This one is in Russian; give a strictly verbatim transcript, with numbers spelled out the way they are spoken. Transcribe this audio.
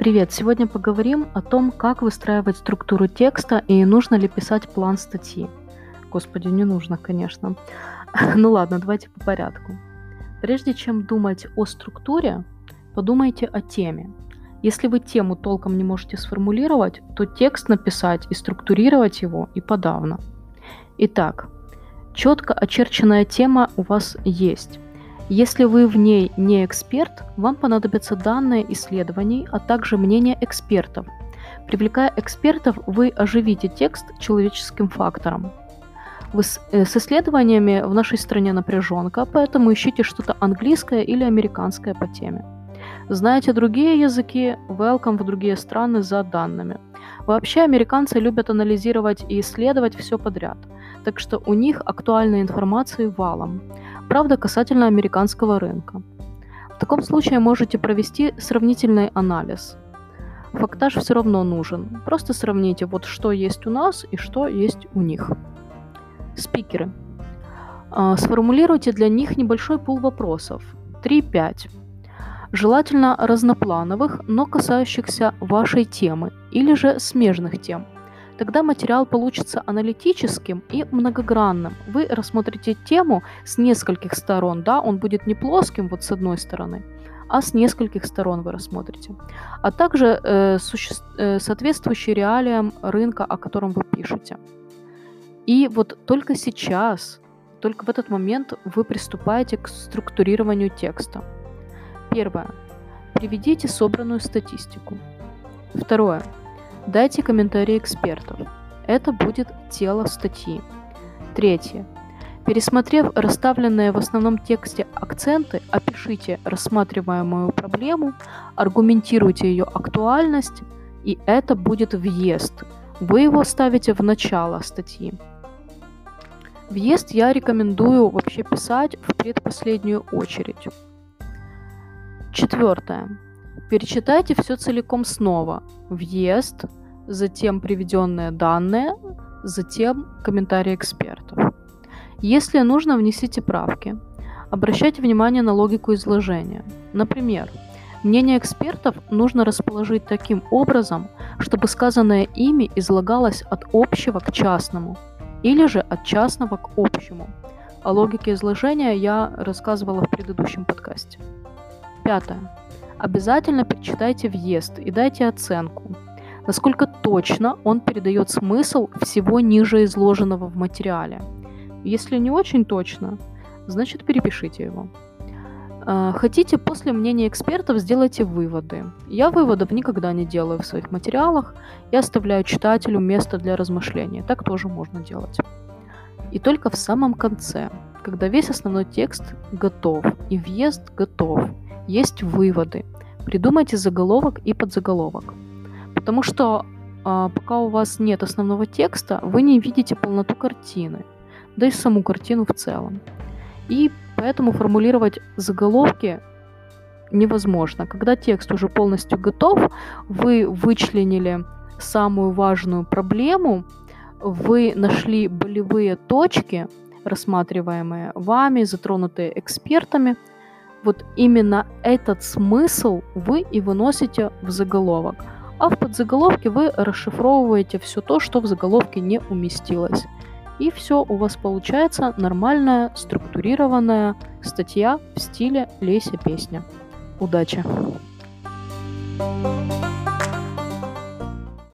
Привет! Сегодня поговорим о том, как выстраивать структуру текста и нужно ли писать план статьи. Господи, не нужно, конечно. Ну ладно, давайте по порядку. Прежде чем думать о структуре, подумайте о теме. Если вы тему толком не можете сформулировать, то текст написать и структурировать его и подавно. Итак, четко очерченная тема у вас есть. Если вы в ней не эксперт, вам понадобятся данные исследований, а также мнение экспертов. Привлекая экспертов, вы оживите текст человеческим фактором. Вы с, э, с исследованиями в нашей стране напряженка, поэтому ищите что-то английское или американское по теме. Знаете другие языки, welcome в другие страны за данными. Вообще американцы любят анализировать и исследовать все подряд, так что у них актуальной информации валом. Правда, касательно американского рынка. В таком случае можете провести сравнительный анализ. Фактаж все равно нужен. Просто сравните, вот что есть у нас и что есть у них. Спикеры. Сформулируйте для них небольшой пул вопросов. три-пять. Желательно разноплановых, но касающихся вашей темы или же смежных тем. Тогда материал получится аналитическим и многогранным. Вы рассмотрите тему с нескольких сторон, да, он будет не плоским вот с одной стороны, а с нескольких сторон вы рассмотрите. А также э, суще... э, соответствующий реалиям рынка, о котором вы пишете. И вот только сейчас, только в этот момент вы приступаете к структурированию текста. Первое. Приведите собранную статистику. Второе. Дайте комментарии экспертов. Это будет тело статьи. Третье. Пересмотрев расставленные в основном тексте акценты, опишите рассматриваемую проблему, аргументируйте ее актуальность, и это будет въезд. Вы его ставите в начало статьи. Въезд я рекомендую вообще писать в предпоследнюю очередь. Четвертое. Перечитайте все целиком снова. Въезд, затем приведенные данные, затем комментарии экспертов. Если нужно, внесите правки. Обращайте внимание на логику изложения. Например, мнение экспертов нужно расположить таким образом, чтобы сказанное ими излагалось от общего к частному, или же от частного к общему. О логике изложения я рассказывала в предыдущем подкасте. Пятое. Обязательно перечитайте въезд и дайте оценку, насколько точно он передает смысл всего ниже изложенного в материале. Если не очень точно, значит перепишите его. Хотите, после мнения экспертов сделайте выводы. Я выводов никогда не делаю в своих материалах, я оставляю читателю место для размышления. Так тоже можно делать. И только в самом конце, когда весь основной текст готов и въезд готов, есть выводы. Придумайте заголовок и подзаголовок. Потому что э, пока у вас нет основного текста, вы не видите полноту картины, да и саму картину в целом. И поэтому формулировать заголовки невозможно. Когда текст уже полностью готов, вы вычленили самую важную проблему, вы нашли болевые точки, рассматриваемые вами, затронутые экспертами. Вот именно этот смысл вы и выносите в заголовок. А в подзаголовке вы расшифровываете все то, что в заголовке не уместилось. И все, у вас получается нормальная, структурированная статья в стиле «Лейся песня». Удачи!